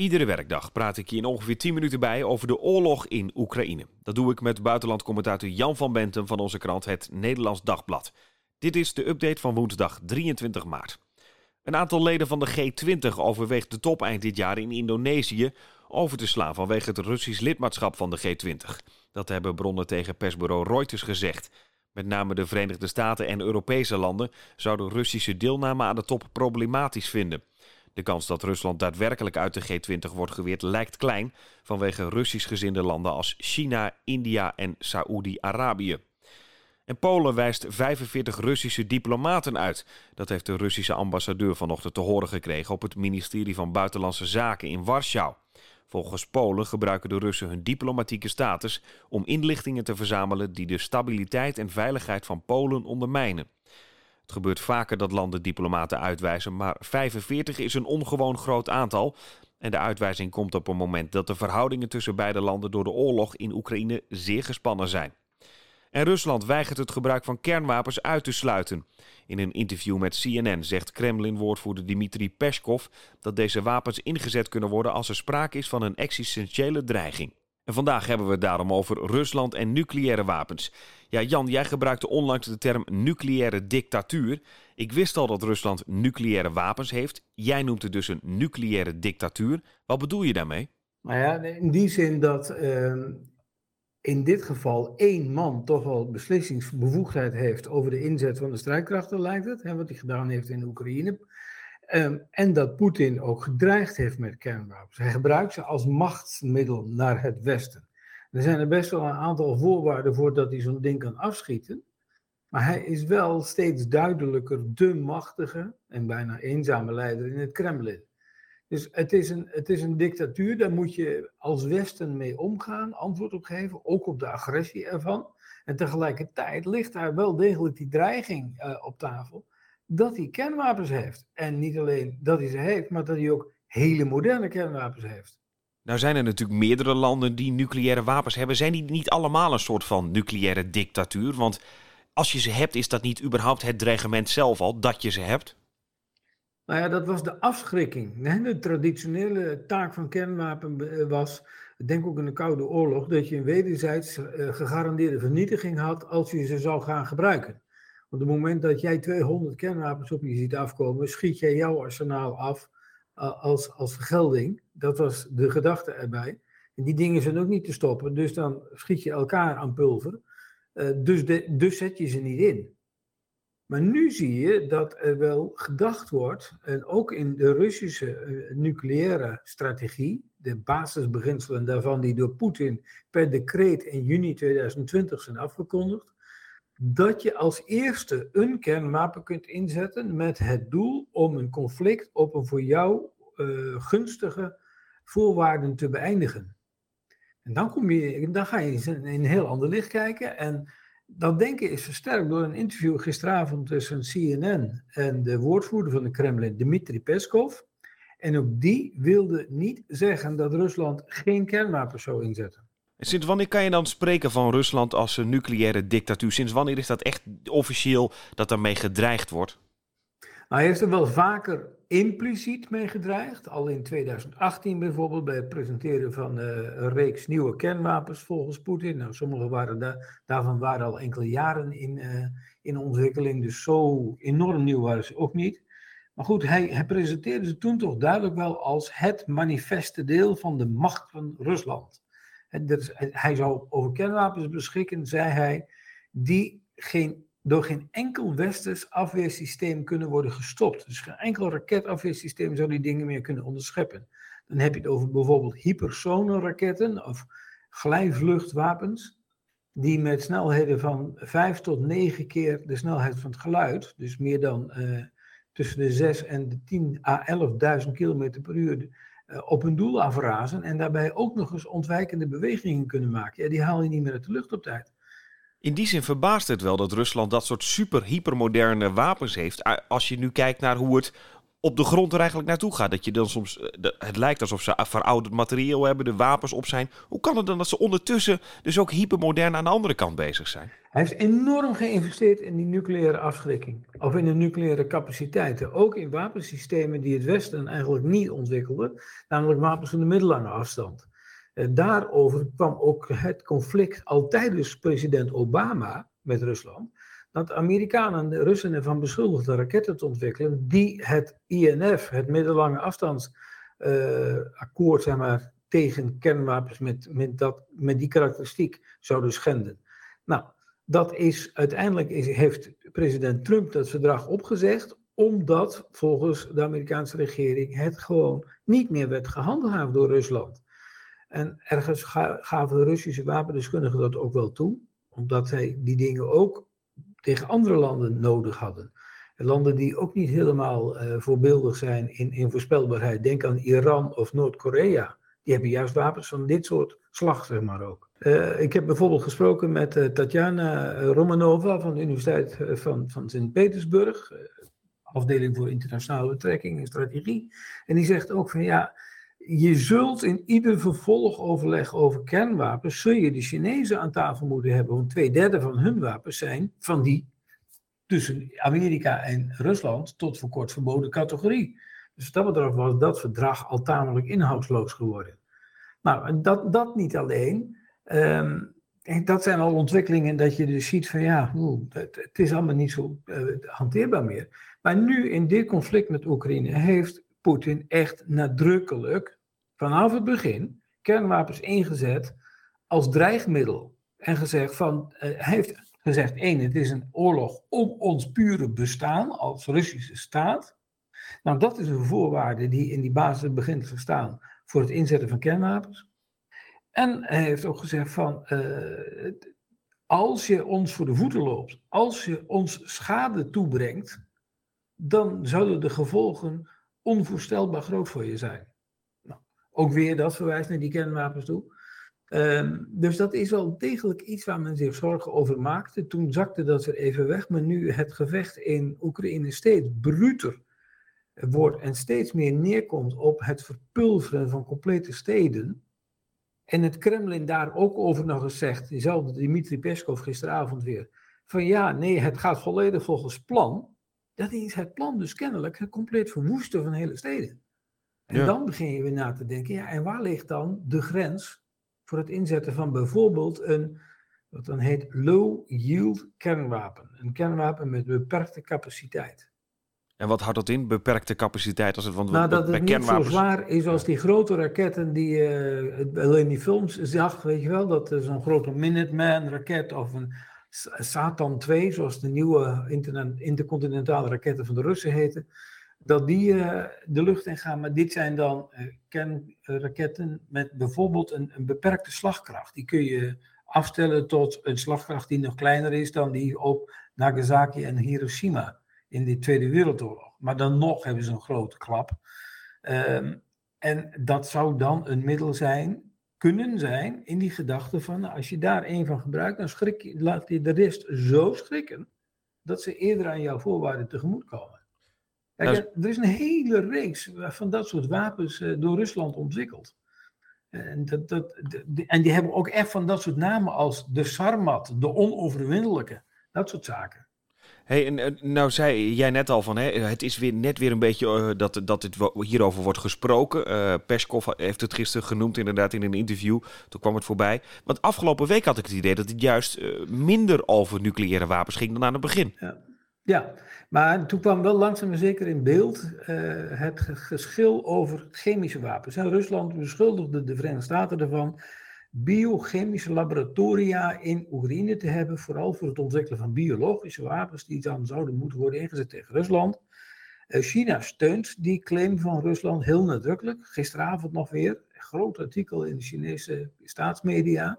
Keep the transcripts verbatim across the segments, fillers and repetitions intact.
Iedere werkdag praat ik hier in ongeveer tien minuten bij over de oorlog in Oekraïne. Dat doe ik met buitenlandcommentator Jan van Bentem van onze krant Het Nederlands Dagblad. Dit is de update van woensdag drieëntwintig maart. Een aantal leden van de G twintig overweegt de top eind dit jaar in Indonesië over te slaan vanwege het Russisch lidmaatschap van de G twintig. Dat hebben bronnen tegen persbureau Reuters gezegd. Met name de Verenigde Staten en Europese landen zouden Russische deelname aan de top problematisch vinden. De kans dat Rusland daadwerkelijk uit de G twintig wordt geweerd lijkt klein vanwege Russisch gezinde landen als China, India en Saoedi-Arabië. En Polen wijst vijfenveertig Russische diplomaten uit. Dat heeft de Russische ambassadeur vanochtend te horen gekregen op het ministerie van Buitenlandse Zaken in Warschau. Volgens Polen gebruiken de Russen hun diplomatieke status om inlichtingen te verzamelen die de stabiliteit en veiligheid van Polen ondermijnen. Het gebeurt vaker dat landen diplomaten uitwijzen, maar vijfenveertig is een ongewoon groot aantal. En de uitwijzing komt op een moment dat de verhoudingen tussen beide landen door de oorlog in Oekraïne zeer gespannen zijn. En Rusland weigert het gebruik van kernwapens uit te sluiten. In een interview met C N N zegt Kremlin-woordvoerder Dmitri Peskov dat deze wapens ingezet kunnen worden als er sprake is van een existentiële dreiging. En vandaag hebben we het daarom over Rusland en nucleaire wapens. Ja, Jan, jij gebruikte onlangs de term nucleaire dictatuur. Ik wist al dat Rusland nucleaire wapens heeft. Jij noemt het dus een nucleaire dictatuur. Wat bedoel je daarmee? Nou ja, in die zin dat uh, in dit geval één man toch wel beslissingsbevoegdheid heeft over de inzet van de strijdkrachten, lijkt het. Hè, wat hij gedaan heeft in Oekraïne. Um, en dat Poetin ook gedreigd heeft met kernwapens. Hij gebruikt ze als machtsmiddel naar het Westen. Er zijn er best wel een aantal voorwaarden voor dat hij zo'n ding kan afschieten. Maar hij is wel steeds duidelijker de machtige en bijna eenzame leider in het Kremlin. Dus het is een, het is een dictatuur, daar moet je als Westen mee omgaan, antwoord op geven, ook op de agressie ervan. En tegelijkertijd ligt daar wel degelijk die dreiging uh, op tafel dat hij kernwapens heeft. En niet alleen dat hij ze heeft, maar dat hij ook hele moderne kernwapens heeft. Nou zijn er natuurlijk meerdere landen die nucleaire wapens hebben. Zijn die niet allemaal een soort van nucleaire dictatuur? Want als je ze hebt, is dat niet überhaupt het dreigement zelf al, dat je ze hebt? Nou ja, dat was de afschrikking. De traditionele taak van kernwapen was, ik denk ook in de Koude Oorlog, dat je een wederzijds gegarandeerde vernietiging had als je ze zou gaan gebruiken. Op het moment dat jij tweehonderd kernwapens op je ziet afkomen, schiet jij jouw arsenaal af uh, als, als vergelding. Dat was de gedachte erbij. En die dingen zijn ook niet te stoppen, dus dan schiet je elkaar aan pulver. Uh, dus, de, dus zet je ze niet in. Maar nu zie je dat er wel gedacht wordt, en ook in de Russische uh, nucleaire strategie, de basisbeginselen daarvan die door Poetin per decreet in juni tweeduizend twintig zijn afgekondigd, dat je als eerste een kernwapen kunt inzetten met het doel om een conflict op een voor jou uh, gunstige voorwaarden te beëindigen. En dan, kom je, dan ga je in een heel ander licht kijken. En dat denken is versterkt door een interview gisteravond tussen C N N en de woordvoerder van de Kremlin, Dmitri Peskov. En ook die wilde niet zeggen dat Rusland geen kernwapens zou inzetten. Sinds wanneer kan je dan spreken van Rusland als een nucleaire dictatuur? Sinds wanneer is dat echt officieel dat daarmee gedreigd wordt? Nou, hij heeft er wel vaker impliciet mee gedreigd. Al in tweeduizend achttien bijvoorbeeld bij het presenteren van uh, een reeks nieuwe kernwapens volgens Poetin. Nou, sommige waren da- daarvan waren al enkele jaren in, uh, in ontwikkeling, dus zo enorm nieuw waren ze ook niet. Maar goed, hij, hij presenteerde ze toen toch duidelijk wel als het manifeste deel van de macht van Rusland. Hij zou over kernwapens beschikken, zei hij, die geen, door geen enkel westers afweersysteem kunnen worden gestopt. Dus geen enkel raketafweersysteem zou die dingen meer kunnen onderscheppen. Dan heb je het over bijvoorbeeld hypersonenraketten of glijvluchtwapens, die met snelheden van vijf tot negen keer de snelheid van het geluid, dus meer dan uh, tussen de zes en de tien à elfduizend kilometer per uur, op een doel afrazen en daarbij ook nog eens ontwijkende bewegingen kunnen maken. Ja, die haal je niet meer uit de lucht op tijd. In die zin verbaast het wel dat Rusland dat soort super hypermoderne wapens heeft. Als je nu kijkt naar hoe het op de grond er eigenlijk naartoe gaat. Dat je dan soms, het lijkt alsof ze verouderd materieel hebben, de wapens op zijn. Hoe kan het dan dat ze ondertussen dus ook hypermodern aan de andere kant bezig zijn? Hij heeft enorm geïnvesteerd in die nucleaire afschrikking. Of in de nucleaire capaciteiten. Ook in wapensystemen die het Westen eigenlijk niet ontwikkelde. Namelijk wapens van de middellange afstand. Daarover kwam ook het conflict al tijdens president Obama met Rusland. Dat de Amerikanen de Russen ervan beschuldigden raketten te ontwikkelen die het I N F, het middellange afstandsakkoord, uh, zeg maar, tegen kernwapens met, met, dat, met die karakteristiek zouden schenden. Nou, dat is uiteindelijk is, heeft president Trump dat verdrag opgezegd, omdat volgens de Amerikaanse regering het gewoon niet meer werd gehandhaafd door Rusland. En ergens ga, gaven de Russische wapendeskundigen dat ook wel toe, omdat zij die dingen ook tegen andere landen nodig hadden. Landen die ook niet helemaal uh, voorbeeldig zijn in, in voorspelbaarheid. Denk aan Iran of Noord-Korea. Die hebben juist wapens van dit soort slag, zeg maar ook. Uh, ik heb bijvoorbeeld gesproken met uh, Tatjana Romanova van de Universiteit van, van Sint-Petersburg. Uh, afdeling voor internationale betrekking en strategie. En die zegt ook van ja, je zult in ieder vervolgoverleg over kernwapens, zul je de Chinezen aan tafel moeten hebben. Want twee derde van hun wapens zijn van die tussen Amerika en Rusland tot voor kort verboden categorie. Dus wat dat betreft was dat verdrag al tamelijk inhoudsloos geworden. Nou, dat, dat niet alleen. Um, dat zijn al ontwikkelingen dat je dus ziet van ja, het, het is allemaal niet zo uh, hanteerbaar meer. Maar nu in dit conflict met Oekraïne heeft Poetin echt nadrukkelijk vanaf het begin kernwapens ingezet als dreigmiddel. En gezegd van, uh, hij heeft gezegd, één, het is een oorlog om ons pure bestaan als Russische staat. Nou, dat is een voorwaarde die in die basis begint te staan voor het inzetten van kernwapens. En hij heeft ook gezegd van, uh, als je ons voor de voeten loopt, als je ons schade toebrengt, dan zouden de gevolgen onvoorstelbaar groot voor je zijn. Nou, ook weer dat verwijst naar die kernwapens toe. Um, dus dat is wel degelijk iets waar men zich zorgen over maakte. Toen zakte dat weer even weg, maar nu het gevecht in Oekraïne steeds bruter wordt en steeds meer neerkomt op het verpulveren van complete steden. En het Kremlin daar ook over nog eens zegt, diezelfde Dmitri Peskov gisteravond weer, van ja, nee, het gaat volledig volgens plan. Dat is het plan dus kennelijk het compleet verwoesten van hele steden. En ja. Dan begin je weer na te denken, ja, en waar ligt dan de grens voor het inzetten van bijvoorbeeld een, wat dan heet, low-yield kernwapen. Een kernwapen met beperkte capaciteit. En wat houdt dat in, beperkte capaciteit? Als het, want nou, dat bij het kernwapens niet zo zwaar is als die grote raketten die je uh, alleen in die films zag, weet je wel, dat uh, zo'n grote Minuteman raket of een Satan twee, zoals de nieuwe inter- intercontinentale raketten van de Russen heten, dat die uh, de lucht in gaan. Maar dit zijn dan uh, kernraketten met bijvoorbeeld een, een beperkte slagkracht. Die kun je afstellen tot een slagkracht die nog kleiner is dan die op Nagasaki en Hiroshima in de Tweede Wereldoorlog. Maar dan nog hebben ze een grote klap. Um, en dat zou dan een middel zijn, kunnen zijn, in die gedachte van, nou, als je daar één van gebruikt, dan schrik je, laat je de rest zo schrikken, dat ze eerder aan jouw voorwaarden tegemoet komen. Kijk, ja, er is een hele reeks van dat soort wapens uh, door Rusland ontwikkeld. En, dat, dat, de, en die hebben ook echt van dat soort namen als de Sarmat, de onoverwinnelijke, dat soort zaken. Hey, en nou zei jij net al van, hè, het is weer net weer een beetje uh, dat, dat het hierover wordt gesproken. Uh, Peskov heeft het gisteren genoemd inderdaad in een interview. Toen kwam het voorbij. Want afgelopen week had ik het idee dat het juist uh, minder over nucleaire wapens ging dan aan het begin. Ja, ja, maar toen kwam wel langzaam maar zeker in beeld uh, het geschil over chemische wapens. En Rusland beschuldigde de Verenigde Staten ervan biochemische laboratoria in Oekraïne te hebben, vooral voor het ontwikkelen van biologische wapens die dan zouden moeten worden ingezet tegen Rusland. Uh, China steunt die claim van Rusland heel nadrukkelijk. Gisteravond nog weer, een groot artikel in de Chinese staatsmedia.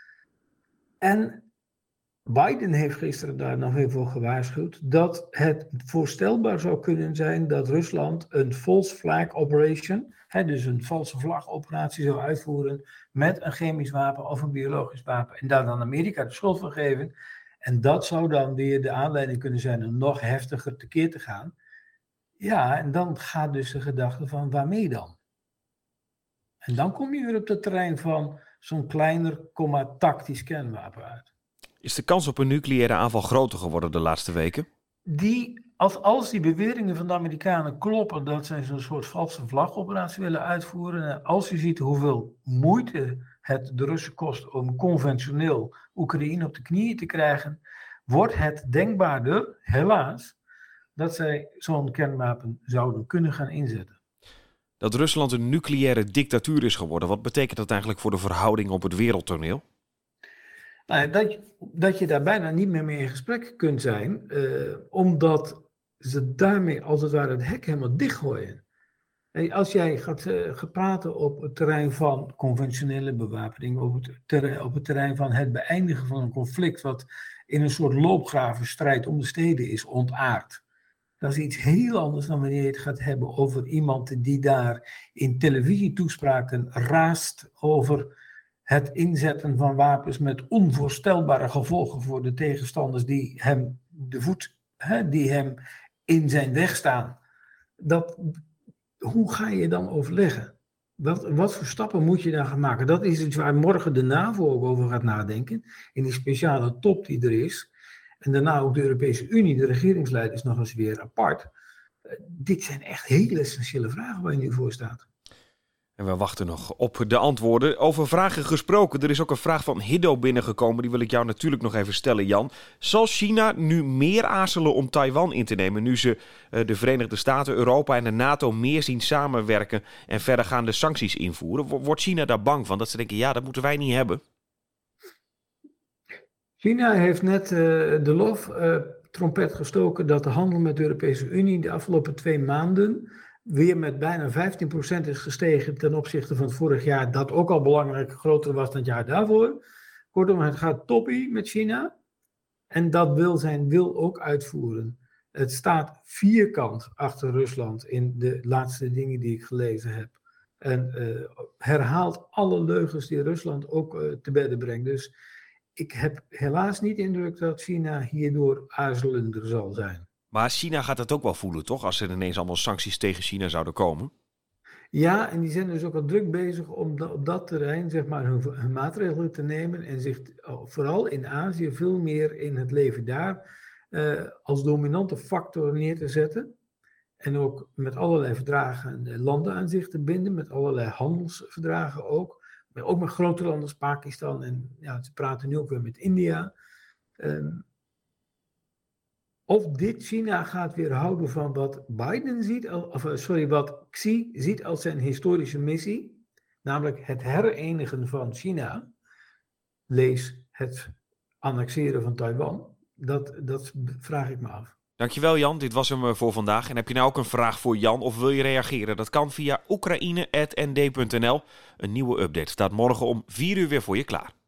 En Biden heeft gisteren daar nog weer voor gewaarschuwd dat het voorstelbaar zou kunnen zijn dat Rusland een false flag operation, hè, dus een valse vlag operatie zou uitvoeren met een chemisch wapen of een biologisch wapen en daar dan Amerika de schuld van geven. En dat zou dan weer de aanleiding kunnen zijn om nog heftiger tekeer te gaan. Ja, en dan gaat dus de gedachte van waarmee dan? En dan kom je weer op het terrein van zo'n kleiner, comma, tactisch kernwapen uit. Is de kans op een nucleaire aanval groter geworden de laatste weken? Die, als, als die beweringen van de Amerikanen kloppen dat zij zo'n soort valse vlagoperatie willen uitvoeren, en als je ziet hoeveel moeite het de Russen kost om conventioneel Oekraïne op de knieën te krijgen, wordt het denkbaarder, helaas, dat zij zo'n kernwapen zouden kunnen gaan inzetten. Dat Rusland een nucleaire dictatuur is geworden, wat betekent dat eigenlijk voor de verhouding op het wereldtoneel? Nou, dat, dat je daar bijna niet meer mee in gesprek kunt zijn, uh, omdat ze daarmee als het ware het hek helemaal dichtgooien. En als jij gaat, uh, gaat praten op het terrein van conventionele bewapening, op het, terrein, op het terrein van het beëindigen van een conflict wat in een soort loopgravenstrijd om de steden is ontaard. Dat is iets heel anders dan wanneer je het gaat hebben over iemand die daar in televisietoespraken raast over het inzetten van wapens met onvoorstelbare gevolgen voor de tegenstanders die hem de voet, hè, die hem in zijn weg staan. Dat, hoe ga je dan overleggen? Wat, wat voor stappen moet je dan gaan maken? Dat is iets waar morgen de NAVO ook over gaat nadenken, in die speciale top die er is. En daarna ook de Europese Unie, de regeringsleiders nog eens weer apart. Uh, dit zijn echt hele essentiële vragen waar je nu voor staat. En we wachten nog op de antwoorden. Over vragen gesproken, er is ook een vraag van Hiddo binnengekomen. Die wil ik jou natuurlijk nog even stellen, Jan. Zal China nu meer aarzelen om Taiwan in te nemen, nu ze uh, de Verenigde Staten, Europa en de NATO meer zien samenwerken en verdergaande sancties invoeren? Wordt China daar bang van? Dat ze denken, ja, dat moeten wij niet hebben? China heeft net uh, de loftrompet uh, gestoken dat de handel met de Europese Unie de afgelopen twee maanden weer met bijna vijftien procent is gestegen ten opzichte van het vorig jaar, dat ook al belangrijk groter was dan het jaar daarvoor. Kortom, het gaat toppie met China en dat wil zijn wil ook uitvoeren. Het staat vierkant achter Rusland in de laatste dingen die ik gelezen heb. En uh, herhaalt alle leugens die Rusland ook uh, te bedden brengt. Dus ik heb helaas niet de indruk dat China hierdoor aarzelender zal zijn. Maar China gaat het ook wel voelen, toch? Als er ineens allemaal sancties tegen China zouden komen. Ja, en die zijn dus ook al druk bezig om da- op dat terrein zeg maar, hun, hun maatregelen te nemen. En zich oh, vooral in Azië veel meer in het leven daar uh, als dominante factor neer te zetten. En ook met allerlei verdragen uh, landen aan zich te binden. Met allerlei handelsverdragen ook. Maar ook met grote landen als Pakistan. En ja, ze praten nu ook weer met India. Um, Of dit China gaat weerhouden van wat Biden ziet, of sorry, wat Xi ziet als zijn historische missie, namelijk het herenigen van China, lees het annexeren van Taiwan, dat, dat vraag ik me af. Dankjewel Jan, dit was hem voor vandaag. En heb je nou ook een vraag voor Jan of wil je reageren? Dat kan via oekraïne punt n d punt n l. Een nieuwe update staat morgen om vier uur weer voor je klaar.